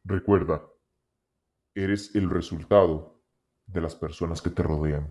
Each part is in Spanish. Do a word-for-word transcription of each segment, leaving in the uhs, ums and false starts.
Recuerda, eres el resultado de las personas que te rodean.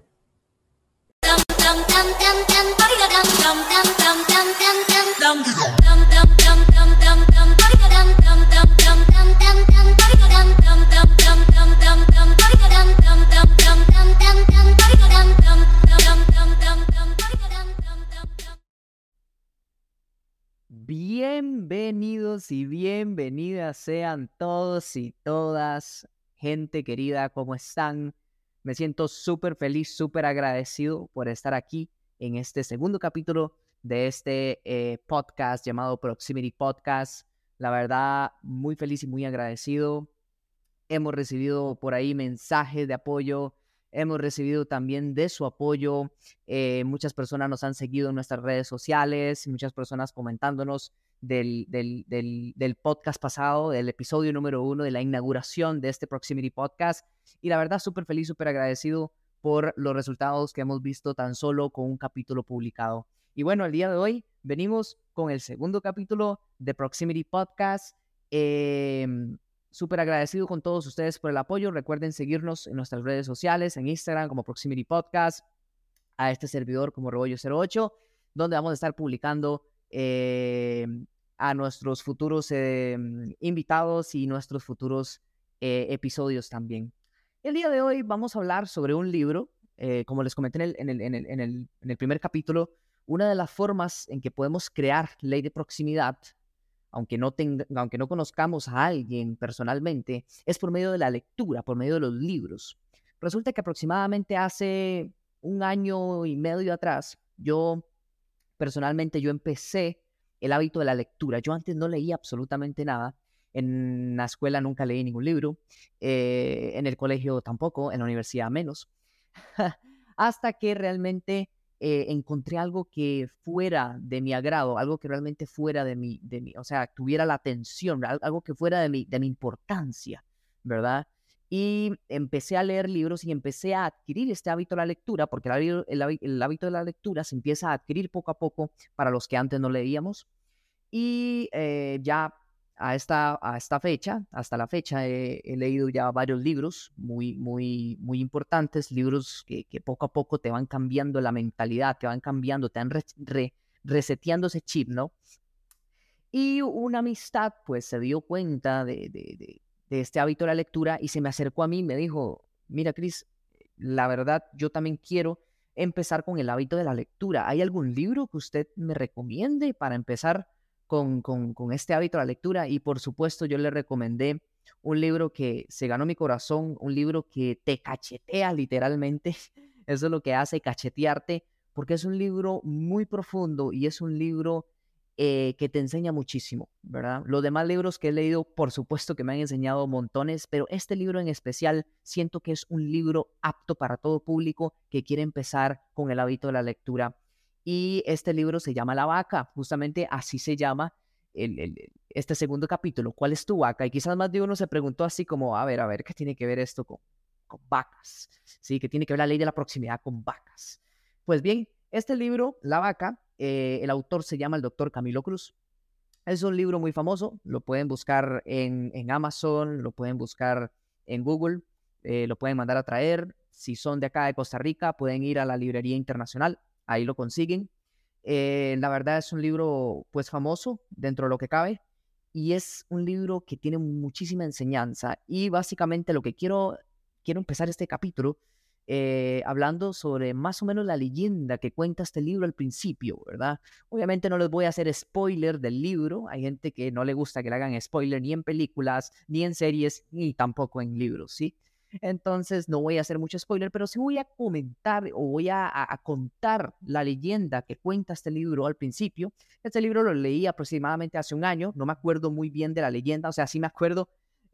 Bienvenidos y bienvenidas sean todos y todas, gente querida, ¿cómo están? Me siento súper feliz, súper agradecido por estar aquí en este segundo capítulo de este eh, podcast llamado Proximity Podcast. La verdad, muy feliz y muy agradecido. Hemos recibido por ahí mensajes de apoyo, hemos recibido también de su apoyo. Eh, muchas personas nos han seguido en nuestras redes sociales, muchas personas comentándonos del, del, del, del podcast pasado, del episodio número uno de la inauguración de este Proximity Podcast. Y la verdad, súper feliz, súper agradecido por los resultados que hemos visto tan solo con un capítulo publicado. Y bueno, el día de hoy venimos con el segundo capítulo de Proximity Podcast. Eh, Súper agradecido con todos ustedes por el apoyo. Recuerden seguirnos en nuestras redes sociales, en Instagram como Proximity Podcast, a este servidor como Rebollo cero ocho, donde vamos a estar publicando eh, a nuestros futuros eh, invitados y nuestros futuros eh, episodios también. El día de hoy vamos a hablar sobre un libro, eh, como les comenté en el, en, el, en, el, en, el, en el primer capítulo, una de las formas en que podemos crear ley de proximidad, aunque no, tenga, aunque no conozcamos a alguien personalmente, es por medio de la lectura, por medio de los libros. Resulta que aproximadamente hace un año y medio atrás, yo personalmente yo empecé el hábito de la lectura. Yo antes no leía absolutamente nada. En la escuela nunca leí ningún libro, eh, en el colegio tampoco, en la universidad menos, hasta que realmente eh, encontré algo que fuera de mi agrado, algo que realmente fuera de mi, de mi, o sea, tuviera la atención, algo que fuera de mi, de mi importancia, ¿verdad? Y empecé a leer libros y empecé a adquirir este hábito de la lectura, porque el, el, el hábito de la lectura se empieza a adquirir poco a poco para los que antes no leíamos. Y eh, ya a esta, a esta fecha, hasta la fecha, he, he leído ya varios libros muy, muy, muy importantes, libros que, que poco a poco te van cambiando la mentalidad, te van cambiando, te van re, re, reseteando ese chip, ¿no? Y una amistad, pues, se dio cuenta de, de, de, de este hábito de la lectura y se me acercó a mí y me dijo, mira, Cris, la verdad, yo también quiero empezar con el hábito de la lectura. ¿Hay algún libro que usted me recomiende para empezar con, con, con este hábito de la lectura? Y por supuesto, yo le recomendé un libro que se ganó mi corazón, un libro que te cachetea literalmente. Eso es lo que hace, cachetearte, porque es un libro muy profundo y es un libro eh, que te enseña muchísimo, ¿verdad? Los demás libros que he leído, por supuesto que me han enseñado montones, pero este libro en especial siento que es un libro apto para todo público que quiere empezar con el hábito de la lectura. Y este libro se llama La Vaca, justamente así se llama el, el, este segundo capítulo. ¿Cuál es tu vaca? Y quizás más de uno se preguntó así como, a ver, a ver, ¿qué tiene que ver esto con, con vacas? ¿Sí? ¿Qué tiene que ver la ley de la proximidad con vacas? Pues bien, este libro, La Vaca, eh, el autor se llama el doctor Camilo Cruz. Es un libro muy famoso, lo pueden buscar en, en Amazon, lo pueden buscar en Google, eh, lo pueden mandar a traer. Si son de acá de Costa Rica, pueden ir a la librería internacional, ahí lo consiguen. Eh, la verdad es un libro pues famoso dentro de lo que cabe y es un libro que tiene muchísima enseñanza y básicamente lo que quiero, quiero empezar este capítulo eh, hablando sobre más o menos la leyenda que cuenta este libro al principio, ¿verdad? Obviamente no les voy a hacer spoiler del libro, hay gente que no le gusta que le hagan spoiler ni en películas, ni en series, ni tampoco en libros, ¿sí? Entonces no voy a hacer mucho spoiler, pero sí voy a comentar o voy a, a, a contar la leyenda que cuenta este libro al principio. Este libro lo leí aproximadamente hace un año, no me acuerdo muy bien de la leyenda, o sea, sí me acuerdo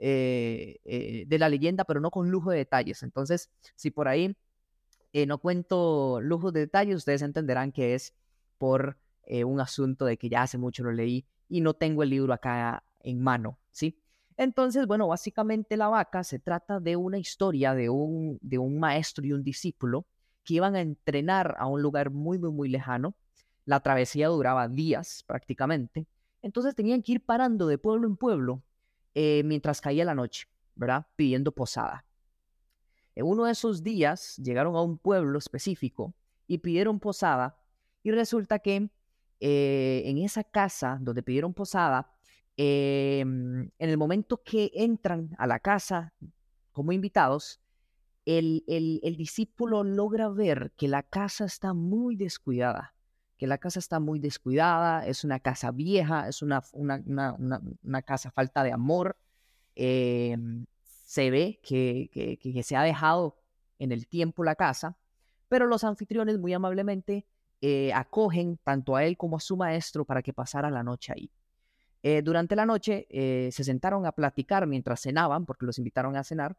eh, eh, de la leyenda, pero no con lujo de detalles. Entonces, si por ahí eh, no cuento lujos de detalles, ustedes entenderán que es por eh, un asunto de que ya hace mucho lo leí y no tengo el libro acá en mano, ¿sí? Entonces, bueno, básicamente La Vaca se trata de una historia de un, de un maestro y un discípulo que iban a entrenar a un lugar muy, muy, muy lejano. La travesía duraba días prácticamente. Entonces tenían que ir parando de pueblo en pueblo eh, mientras caía la noche, ¿verdad? Pidiendo posada. En uno de esos días llegaron a un pueblo específico y pidieron posada y resulta que eh, en esa casa donde pidieron posada, eh, en el momento que entran a la casa como invitados, el, el, el discípulo logra ver que la casa está muy descuidada, que la casa está muy descuidada, es una casa vieja, es una, una, una, una, una casa falta de amor. eh, Se ve que, que, que se ha dejado en el tiempo la casa, pero los anfitriones muy amablemente eh, acogen tanto a él como a su maestro para que pasara la noche ahí. Eh, durante la noche eh, se sentaron a platicar mientras cenaban, porque los invitaron a cenar,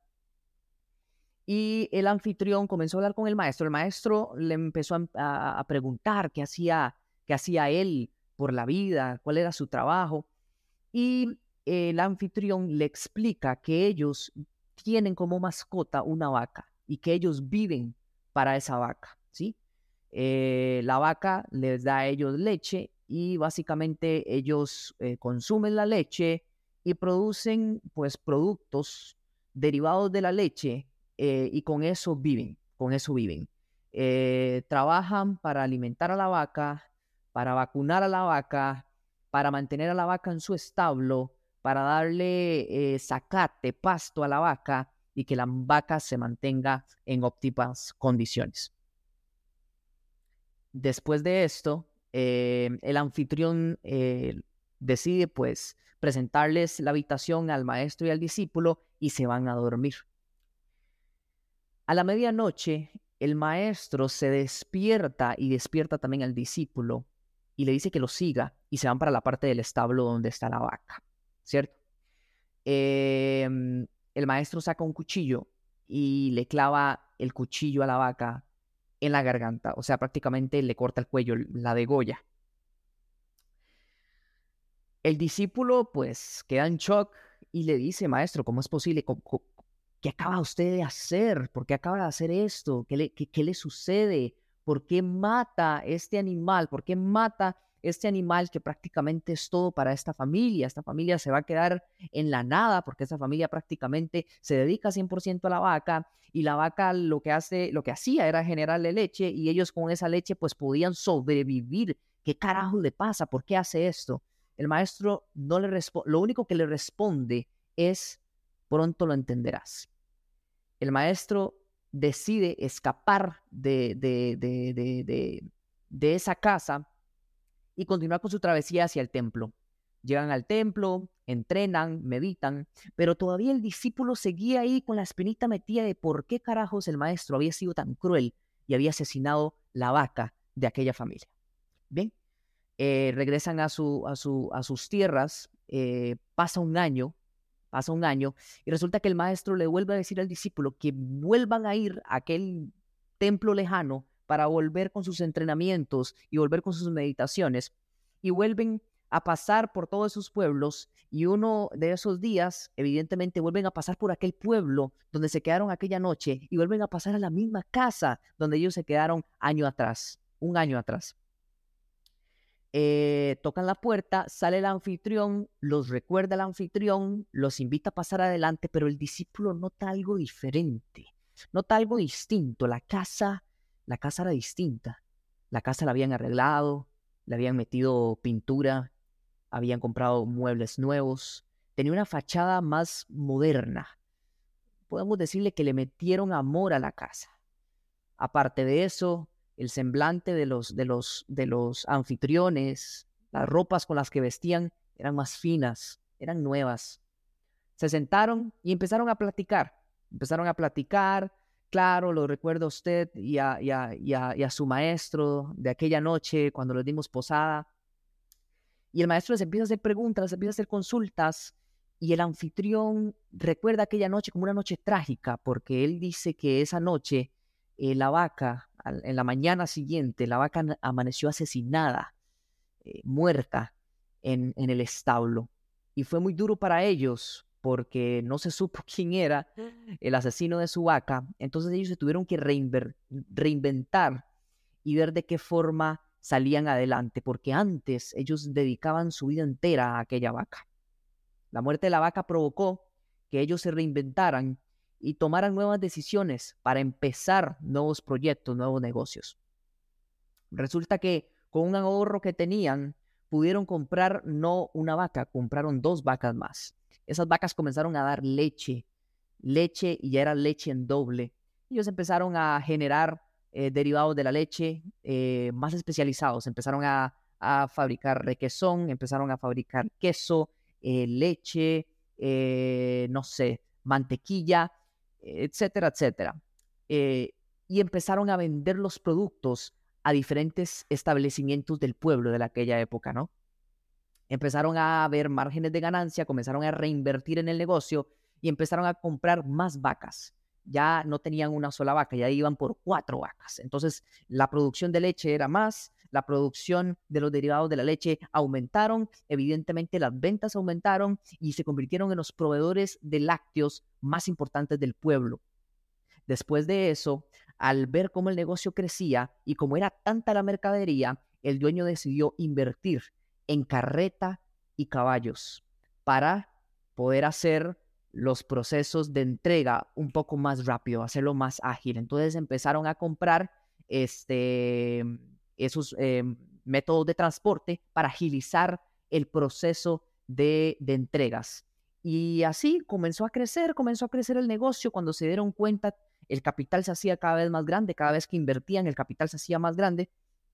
y el anfitrión comenzó a hablar con el maestro. El maestro le empezó a, a, a preguntar qué hacía, qué hacía él por la vida, cuál era su trabajo, y el anfitrión le explica que ellos tienen como mascota una vaca y que ellos viven para esa vaca, ¿sí? Eh, la vaca les da a ellos leche y básicamente ellos eh, consumen la leche y producen pues productos derivados de la leche eh, y con eso viven, con eso viven. Eh, trabajan para alimentar a la vaca, para vacunar a la vaca, para mantener a la vaca en su establo, para darle eh, zacate, pasto a la vaca y que la vaca se mantenga en óptimas condiciones. Después de esto, eh, el anfitrión eh, decide pues presentarles la habitación al maestro y al discípulo y se van a dormir. A la medianoche, el maestro se despierta y despierta también al discípulo y le dice que lo siga y se van para la parte del establo donde está la vaca, ¿cierto? Eh, el maestro saca un cuchillo y le clava el cuchillo a la vaca en la garganta, o sea, prácticamente le corta el cuello, la degolla. El discípulo pues queda en shock y le dice, maestro, ¿cómo es posible? ¿Cómo, cómo, ¿qué acaba usted de hacer? ¿Por qué acaba de hacer esto? ¿Qué le, qué, qué le sucede? ¿Por qué mata este animal? ¿Por qué mata este animal que prácticamente es todo para esta familia? Esta familia se va a quedar en la nada porque esta familia prácticamente se dedica cien por ciento a la vaca y la vaca lo que hace, lo que hacía era generarle leche y ellos con esa leche pues podían sobrevivir. ¿Qué carajo le pasa? ¿Por qué hace esto? El maestro no le responde, lo único que le responde es, pronto lo entenderás. El maestro decide escapar de, de, de, de, de, de esa casa y continuar con su travesía hacia el templo. Llegan al templo, entrenan, meditan, pero todavía el discípulo seguía ahí con la espinita metida de por qué carajos el maestro había sido tan cruel y había asesinado la vaca de aquella familia. Bien, eh, regresan a, su, a, su, a sus tierras, eh, pasa un año, pasa un año, y resulta que el maestro le vuelve a decir al discípulo que vuelvan a ir a aquel templo lejano para volver con sus entrenamientos y volver con sus meditaciones, y vuelven a pasar por todos esos pueblos, y uno de esos días, evidentemente, vuelven a pasar por aquel pueblo donde se quedaron aquella noche, y vuelven a pasar a la misma casa donde ellos se quedaron año atrás, un año atrás. Eh, tocan la puerta, sale el anfitrión, los recuerda el anfitrión, los invita a pasar adelante, pero el discípulo nota algo diferente, nota algo distinto. La casa, la casa era distinta. La casa la habían arreglado, le habían metido pintura, habían comprado muebles nuevos, tenía una fachada más moderna. Podemos decirle que le metieron amor a la casa. Aparte de eso, el semblante de los, de los, de los anfitriones, las ropas con las que vestían eran más finas, eran nuevas. Se sentaron y empezaron a platicar. Empezaron a platicar, claro, lo recuerda usted y a, y a, y a, y a su maestro de aquella noche cuando les dimos posada. Y el maestro les empieza a hacer preguntas, les empieza a hacer consultas y el anfitrión recuerda aquella noche como una noche trágica porque él dice que esa noche eh, la vaca, en la mañana siguiente, la vaca amaneció asesinada, eh, muerta en, en el establo. Y fue muy duro para ellos porque no se supo quién era el asesino de su vaca. Entonces ellos se tuvieron que reinver- reinventar y ver de qué forma salían adelante, porque antes ellos dedicaban su vida entera a aquella vaca. La muerte de la vaca provocó que ellos se reinventaran y tomaran nuevas decisiones para empezar nuevos proyectos, nuevos negocios. Resulta que con un ahorro que tenían, pudieron comprar no una vaca, compraron dos vacas más. Esas vacas comenzaron a dar leche, leche y ya era leche en doble. Ellos empezaron a generar eh, derivados de la leche eh, más especializados. Empezaron a, a fabricar requesón, empezaron a fabricar queso, eh, leche, eh, no sé, mantequilla, etcétera, etcétera. Eh, y empezaron a vender los productos a diferentes establecimientos del pueblo de aquella época, ¿no? Empezaron a ver márgenes de ganancia, comenzaron a reinvertir en el negocio y empezaron a comprar más vacas. Ya no tenían una sola vaca, ya iban por cuatro vacas. Entonces, la producción de leche era más, la producción de los derivados de la leche aumentaron, evidentemente las ventas aumentaron y se convirtieron en los proveedores de lácteos más importantes del pueblo. Después de eso, al ver cómo el negocio crecía y como era tanta la mercadería, el dueño decidió invertir en carreta y caballos para poder hacer los procesos de entrega un poco más rápido, hacerlo más ágil. Entonces empezaron a comprar este, esos eh, métodos de transporte para agilizar el proceso de, de entregas. Y así comenzó a crecer, comenzó a crecer el negocio. Cuando se dieron cuenta, el capital se hacía cada vez más grande, cada vez que invertían, el capital se hacía más grande.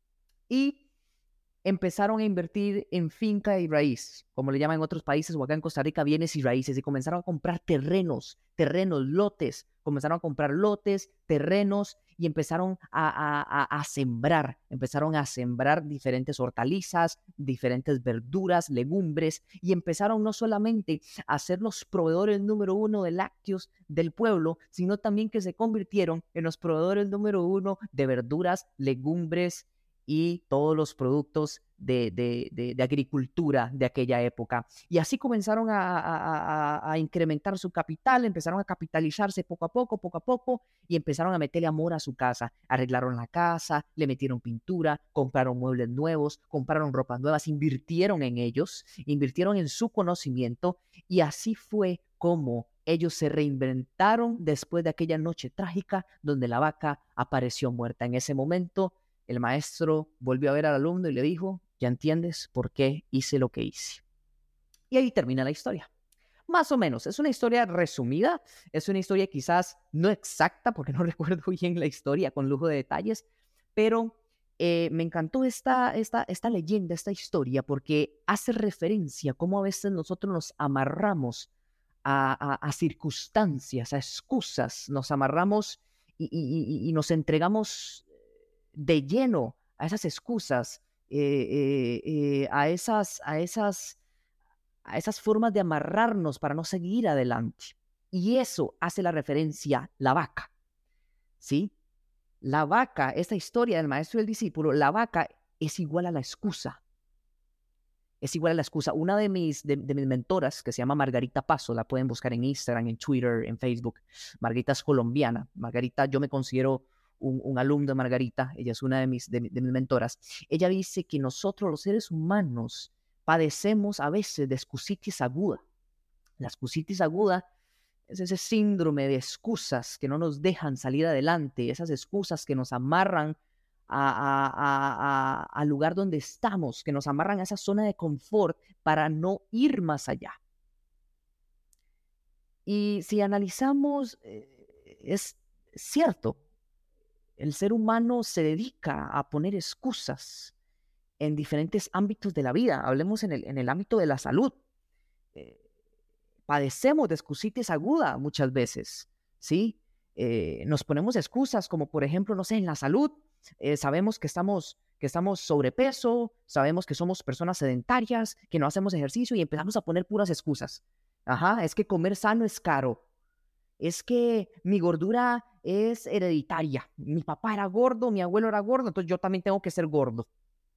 Y empezaron a invertir en finca y raíz, como le llaman en otros países, o acá en Costa Rica, bienes y raíces, y comenzaron a comprar terrenos, terrenos, lotes, comenzaron a comprar lotes, terrenos, y empezaron a, a, a sembrar, empezaron a sembrar diferentes hortalizas, diferentes verduras, legumbres, y empezaron no solamente a ser los proveedores número uno de lácteos del pueblo, sino también que se convirtieron en los proveedores número uno de verduras, legumbres, y todos los productos de, de, de, de agricultura de aquella época. Y así comenzaron a, a, a, a incrementar su capital, empezaron a capitalizarse poco a poco, poco a poco, y empezaron a meterle amor a su casa. Arreglaron la casa, le metieron pintura, compraron muebles nuevos, compraron ropas nuevas, invirtieron en ellos, invirtieron en su conocimiento, y así fue como ellos se reinventaron después de aquella noche trágica donde la vaca apareció muerta. En ese momento, el maestro volvió a ver al alumno y le dijo, ¿ya entiendes por qué hice lo que hice? Y ahí termina la historia. Más o menos, es una historia resumida, es una historia quizás no exacta, porque no recuerdo bien la historia con lujo de detalles, pero eh, me encantó esta, esta, esta leyenda, esta historia, porque hace referencia a cómo a veces nosotros nos amarramos a, a, a circunstancias, a excusas, nos amarramos y, y, y, y nos entregamos de lleno a esas excusas, eh, eh, eh, a, esas, a, esas, a esas formas de amarrarnos para no seguir adelante. Y eso hace la referencia la vaca, ¿sí? La vaca, esta historia del maestro y el discípulo, la vaca es igual a la excusa. Es igual a la excusa. Una de mis, de, de mis mentoras, que se llama Margarita Paso, la pueden buscar en Instagram, en Twitter, en Facebook. Margarita es colombiana. Margarita, yo me considero Un, un, alumno de Margarita, ella es una de mis, de, de mis mentoras. Ella dice que nosotros los seres humanos padecemos a veces de excusitis aguda. La excusitis aguda es ese síndrome de excusas que no nos dejan salir adelante, esas excusas que nos amarran a, a, a, a, al lugar donde estamos, que nos amarran a esa zona de confort para no ir más allá. Y si analizamos, eh, es cierto, el ser humano se dedica a poner excusas en diferentes ámbitos de la vida. Hablemos en el, en el ámbito de la salud. Eh, padecemos de excusitis aguda muchas veces, ¿sí? Eh, nos ponemos excusas como, por ejemplo, no sé, en la salud. Eh, sabemos que estamos, que estamos sobrepeso, sabemos que somos personas sedentarias, que no hacemos ejercicio y empezamos a poner puras excusas. Ajá, es que comer sano es caro. Es que mi gordura es hereditaria. Mi papá era gordo, mi abuelo era gordo, entonces yo también tengo que ser gordo.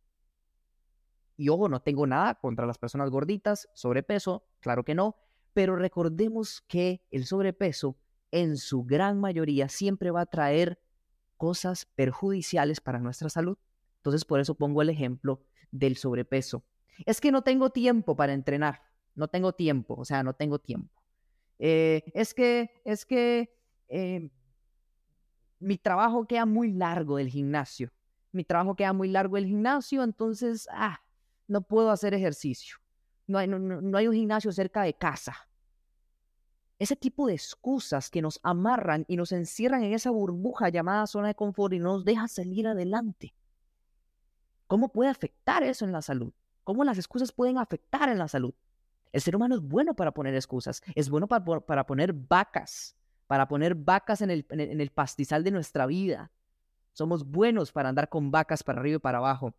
Y ojo, no tengo nada contra las personas gorditas, sobrepeso, claro que no, pero recordemos que el sobrepeso en su gran mayoría siempre va a traer cosas perjudiciales para nuestra salud. Entonces por eso pongo el ejemplo del sobrepeso. Es que no tengo tiempo para entrenar. no tengo tiempo, o sea, no tengo tiempo. Eh, es que, es que eh, mi trabajo queda muy largo del gimnasio. Mi trabajo queda muy largo del gimnasio, entonces, ah, no puedo hacer ejercicio. No hay, no, no, no hay un gimnasio cerca de casa. Ese tipo de excusas que nos amarran y nos encierran en esa burbuja llamada zona de confort y no nos deja salir adelante. ¿Cómo puede afectar eso en la salud? ¿Cómo las excusas pueden afectar en la salud? El ser humano es bueno para poner excusas, es bueno para, para poner vacas, para poner vacas en el, en, el, en el pastizal de nuestra vida. Somos buenos para andar con vacas para arriba y para abajo.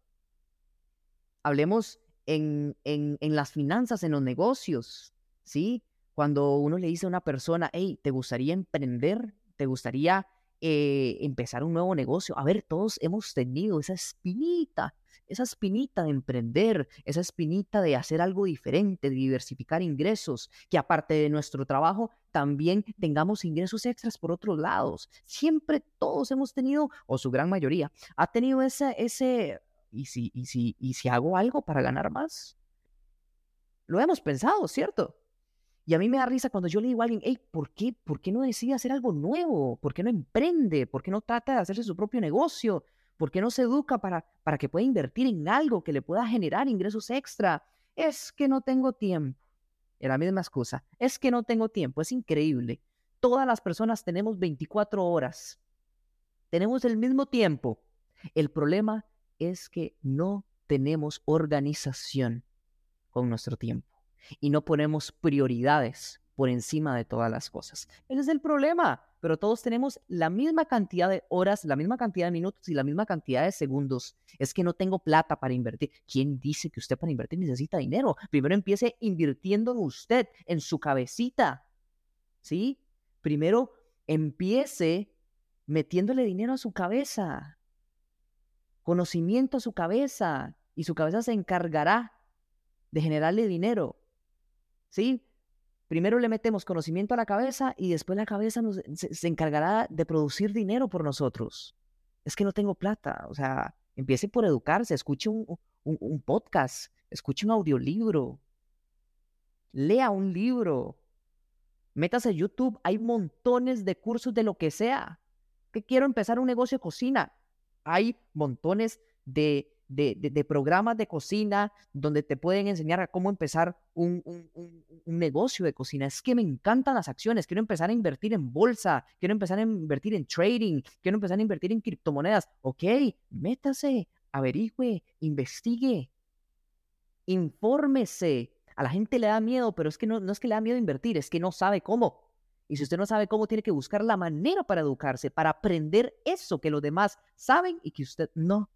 Hablemos en, en, en las finanzas, en los negocios, ¿sí? Cuando uno le dice a una persona, hey, ¿te gustaría emprender? ¿Te gustaría eh, empezar un nuevo negocio? A ver, todos hemos tenido esa espinita, esa espinita de emprender, esa espinita de hacer algo diferente, de diversificar ingresos, que aparte de nuestro trabajo, también tengamos ingresos extras por otros lados. Siempre todos hemos tenido, o su gran mayoría, ha tenido ese, ese ¿y si, y si, y si hago algo para ganar más? Lo hemos pensado, ¿cierto? Y a mí me da risa cuando yo le digo a alguien, hey, ¿por qué, ¿por qué no decide hacer algo nuevo? ¿Por qué no emprende? ¿Por qué no trata de hacerse su propio negocio? ¿Por qué no se educa para, para que pueda invertir en algo que le pueda generar ingresos extra? Es que no tengo tiempo. Es la misma excusa. Es que no tengo tiempo. Es increíble. Todas las personas tenemos veinticuatro horas. Tenemos el mismo tiempo. El problema es que no tenemos organización con nuestro tiempo y no ponemos prioridades por encima de todas las cosas. Ese es el problema, pero todos tenemos la misma cantidad de horas, la misma cantidad de minutos y la misma cantidad de segundos. Es que no tengo plata para invertir. ¿Quién dice que usted para invertir necesita dinero? Primero empiece invirtiendo en usted, en su cabecita, ¿sí? Primero empiece metiéndole dinero a su cabeza, conocimiento a su cabeza, y su cabeza se encargará de generarle dinero, ¿sí? Primero le metemos conocimiento a la cabeza y después la cabeza nos, se, se encargará de producir dinero por nosotros. Es que no tengo plata, o sea, empiece por educarse, escuche un, un, un podcast, escuche un audiolibro, lea un libro, métase a YouTube, hay montones de cursos de lo que sea. Que quiero empezar un negocio de cocina, hay montones de, de, de, de programas de cocina donde te pueden enseñar a cómo empezar un, un, un, un negocio de cocina. Es que me encantan las acciones, quiero empezar a invertir en bolsa, quiero empezar a invertir en trading, quiero empezar a invertir en criptomonedas. Ok, métase, averigüe, investigue, infórmese. A la gente le da miedo, pero es que no, no es que le da miedo invertir, es que no sabe cómo. Y si usted no sabe cómo, tiene que buscar la manera para educarse, para aprender eso que los demás saben y que usted no.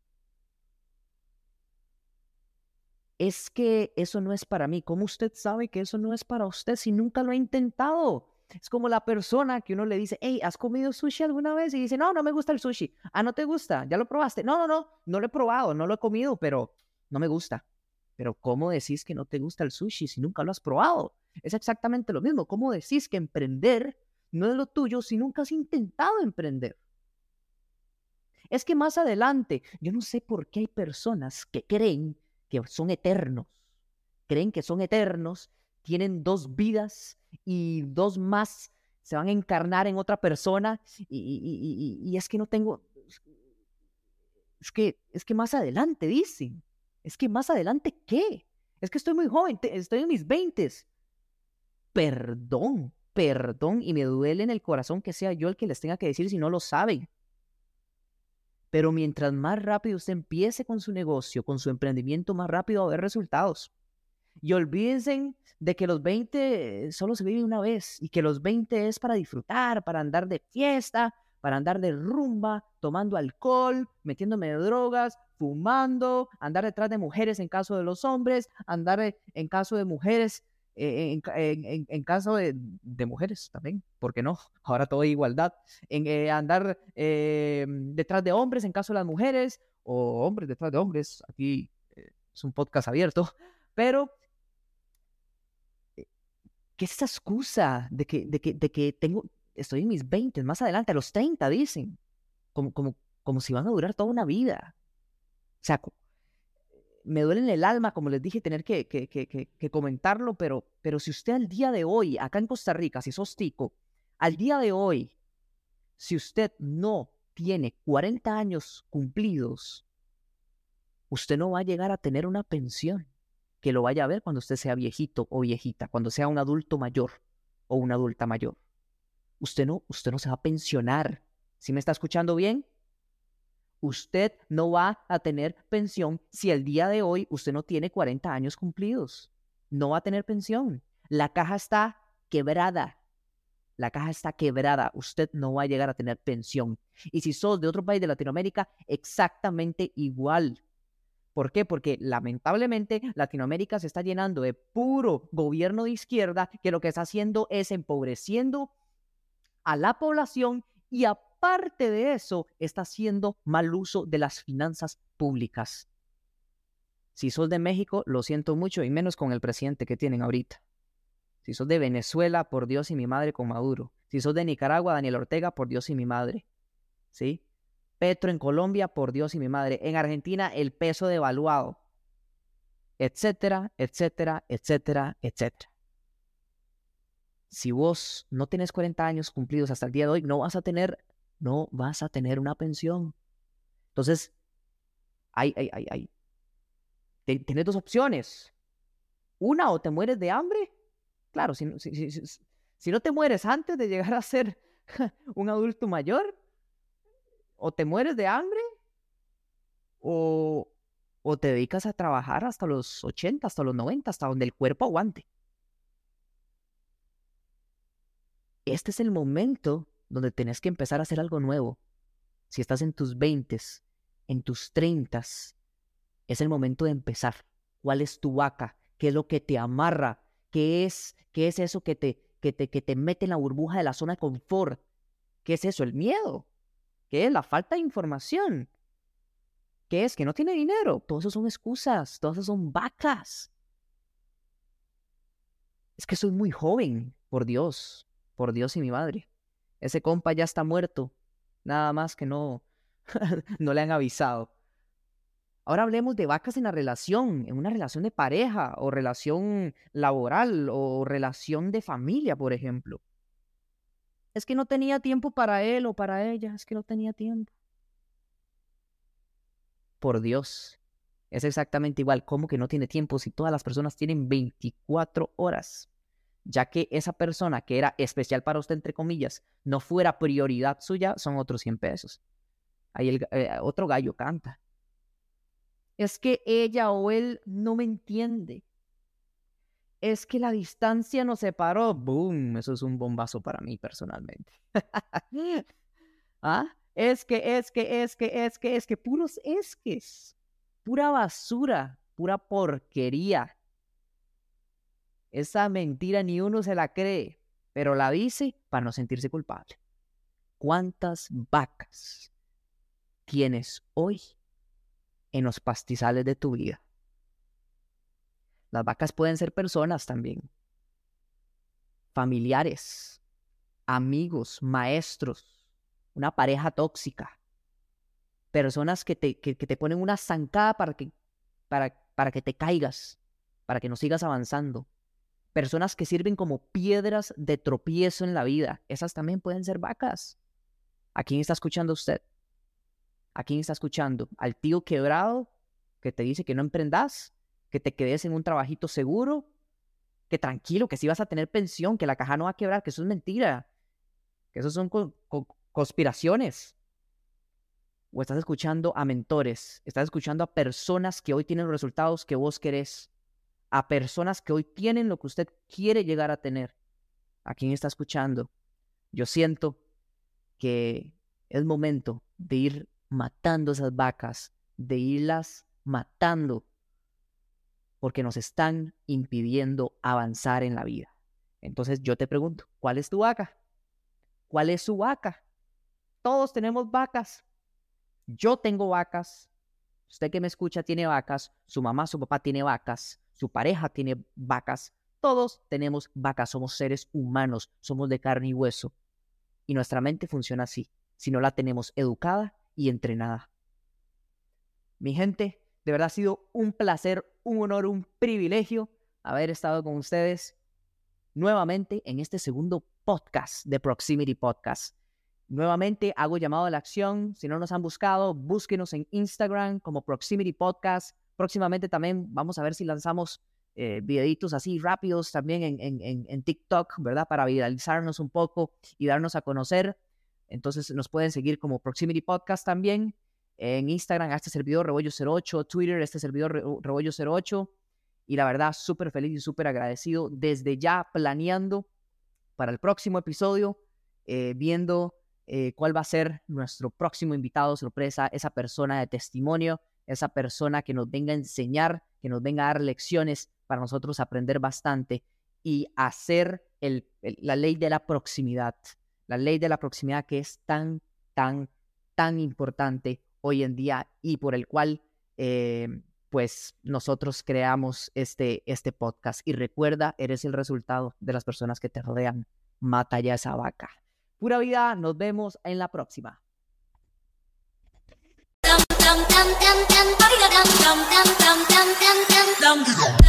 Es que eso no es para mí. ¿Cómo usted sabe que eso no es para usted si nunca lo ha intentado? Es como la persona que uno le dice, hey, ¿has comido sushi alguna vez? Y dice, no, no me gusta el sushi. Ah, ¿no te gusta? ¿Ya lo probaste? No, no, no, no lo he probado, no lo he comido, pero no me gusta. Pero ¿cómo decís que no te gusta el sushi si nunca lo has probado? Es exactamente lo mismo. ¿Cómo decís que emprender no es lo tuyo si nunca has intentado emprender? Es que más adelante, yo no sé por qué hay personas que creen que son eternos, creen que son eternos, tienen dos vidas y dos más se van a encarnar en otra persona y, y, y, y es que no tengo, es que, es que más adelante dicen, es que más adelante ¿qué? Es que estoy muy joven, te, estoy en mis veintes. Perdón, perdón, y me duele en el corazón que sea yo el que les tenga que decir si no lo saben. Pero mientras más rápido usted empiece con su negocio, con su emprendimiento, más rápido va a haber resultados. Y olvídense de que los veinte solo se vive una vez y que los veinte es para disfrutar, para andar de fiesta, para andar de rumba, tomando alcohol, metiéndome de drogas, fumando, andar detrás de mujeres en caso de los hombres, andar en caso de mujeres, eh, en, en, en, en, caso de, de mujeres también, ¿por qué no? Ahora todo es igualdad. En eh, andar eh, detrás de hombres en caso de las mujeres, o hombres detrás de hombres, aquí eh, es un podcast abierto, pero ¿qué es esa excusa de que, de que, de que tengo, estoy en mis veinte, más adelante, a los treinta, dicen, como, como, como si van a durar toda una vida? O sea, me duele en el alma, como les dije, tener que, que, que, que, que comentarlo, pero, pero si usted al día de hoy, acá en Costa Rica, si sos tico, al día de hoy, si usted no tiene cuarenta años cumplidos, usted no va a llegar a tener una pensión que lo vaya a ver cuando usted sea viejito o viejita, cuando sea un adulto mayor o una adulta mayor. Usted no, usted no se va a pensionar. ¿Sí me está escuchando bien? Usted no va a tener pensión si el día de hoy usted no tiene cuarenta años cumplidos. No va a tener pensión. La caja está quebrada. La caja está quebrada. Usted no va a llegar a tener pensión. Y si sos de otro país de Latinoamérica, exactamente igual. ¿Por qué? Porque lamentablemente Latinoamérica se está llenando de puro gobierno de izquierda que lo que está haciendo es empobreciendo a la población y aparte de eso está haciendo mal uso de las finanzas públicas. Si sos de México, lo siento mucho y menos con el presidente que tienen ahorita. Si sos de Venezuela, por Dios y mi madre con Maduro. Si sos de Nicaragua, Daniel Ortega, por Dios y mi madre. ¿Sí? Petro en Colombia, por Dios y mi madre. En Argentina, el peso devaluado. Etcétera, etcétera, etcétera, etcétera. Si vos no tenés cuarenta años cumplidos hasta el día de hoy, no vas a tener, no vas a tener una pensión. Entonces, hay, hay, hay, hay. Tenés dos opciones. Una, o te mueres de hambre. Claro, si, si, si, si no te mueres antes de llegar a ser un adulto mayor, o te mueres de hambre, o, o te dedicas a trabajar hasta los ochenta, hasta los noventa, hasta donde el cuerpo aguante. Este es el momento donde tenés que empezar a hacer algo nuevo. Si estás en tus veintes, en tus treintas, es el momento de empezar. ¿Cuál es tu vaca? ¿Qué es lo que te amarra? ¿Qué es, qué es eso que te, que, te, que te mete en la burbuja de la zona de confort? ¿Qué es eso? El miedo. ¿Qué es? La falta de información. ¿Qué es? Que no tiene dinero. Todo eso son excusas. Todas esas son vacas. Es que soy muy joven. Por Dios. Por Dios y mi madre. Ese compa ya está muerto. Nada más que no, no le han avisado. Ahora hablemos de vacas en la relación, en una relación de pareja o relación laboral o relación de familia, por ejemplo. Es que no tenía tiempo para él o para ella, es que no tenía tiempo. Por Dios, es exactamente igual. ¿Cómo que no tiene tiempo si todas las personas tienen veinticuatro horas? Ya que esa persona que era especial para usted, entre comillas, no fuera prioridad suya, son otros cien pesos. Ahí el, eh, otro gallo canta. Es que ella o él no me entiende. Es que la distancia nos separó. ¡Boom! Eso es un bombazo para mí personalmente. ¿Ah? Es que, es que, es que, es que, es que, puros esques. Pura basura, pura porquería. Esa mentira ni uno se la cree, pero la dice para no sentirse culpable. ¿Cuántas vacas tienes hoy en los pastizales de tu vida? Las vacas pueden ser personas también, familiares, amigos, maestros, una pareja tóxica, personas que te, que, que te ponen una zancada para que, para, para que te caigas, para que no sigas avanzando. Personas que sirven como piedras de tropiezo en la vida. Esas también pueden ser vacas. ¿A quién está escuchando usted? ¿A quién está escuchando? ¿Al tío quebrado que te dice que no emprendas? ¿Que te quedes en un trabajito seguro? Que tranquilo, que sí vas a tener pensión, que la caja no va a quebrar, que eso es mentira, que eso son co co conspiraciones. O estás escuchando a mentores, estás escuchando a personas que hoy tienen los resultados que vos querés, a personas que hoy tienen lo que usted quiere llegar a tener. ¿A quién está escuchando? Yo siento que es momento de ir matando esas vacas, de irlas matando, porque nos están impidiendo avanzar en la vida. Entonces yo te pregunto, ¿cuál es tu vaca? ¿Cuál es su vaca? Todos tenemos vacas. Yo tengo vacas. Usted que me escucha tiene vacas. Su mamá, su papá tiene vacas. Su pareja tiene vacas. Todos tenemos vacas. Somos seres humanos. Somos de carne y hueso. Y nuestra mente funciona así, si no la tenemos educada y entrenada. Mi gente, De verdad ha sido un placer, un honor, un privilegio haber estado con ustedes nuevamente en este segundo podcast de Proximity Podcast. Nuevamente hago llamado a la acción. Si no nos han buscado, búsquenos en Instagram como Proximity Podcast. Próximamente también vamos a ver si lanzamos eh, videitos así rápidos también en, en, en, en TikTok, ¿verdad? Para viralizarnos un poco y darnos a conocer. Entonces nos pueden seguir como Proximity Podcast también. En Instagram, a este servidor Rebollo cero ocho, Twitter, este servidor Re Rebollo cero ocho. Y la verdad, súper feliz y súper agradecido. Desde ya planeando para el próximo episodio, eh, viendo eh, cuál va a ser nuestro próximo invitado sorpresa, esa persona de testimonio, esa persona que nos venga a enseñar, que nos venga a dar lecciones para nosotros aprender bastante y hacer el, el, la ley de la proximidad. La ley de la proximidad que es tan, tan, tan importante hoy en día y por el cual eh, pues nosotros creamos este, este podcast. Y recuerda, eres el resultado de las personas que te rodean. Mata ya esa vaca. Pura vida, nos vemos en la próxima. Dum dum dum dum dum dum dum dum dum dum dum dum dum.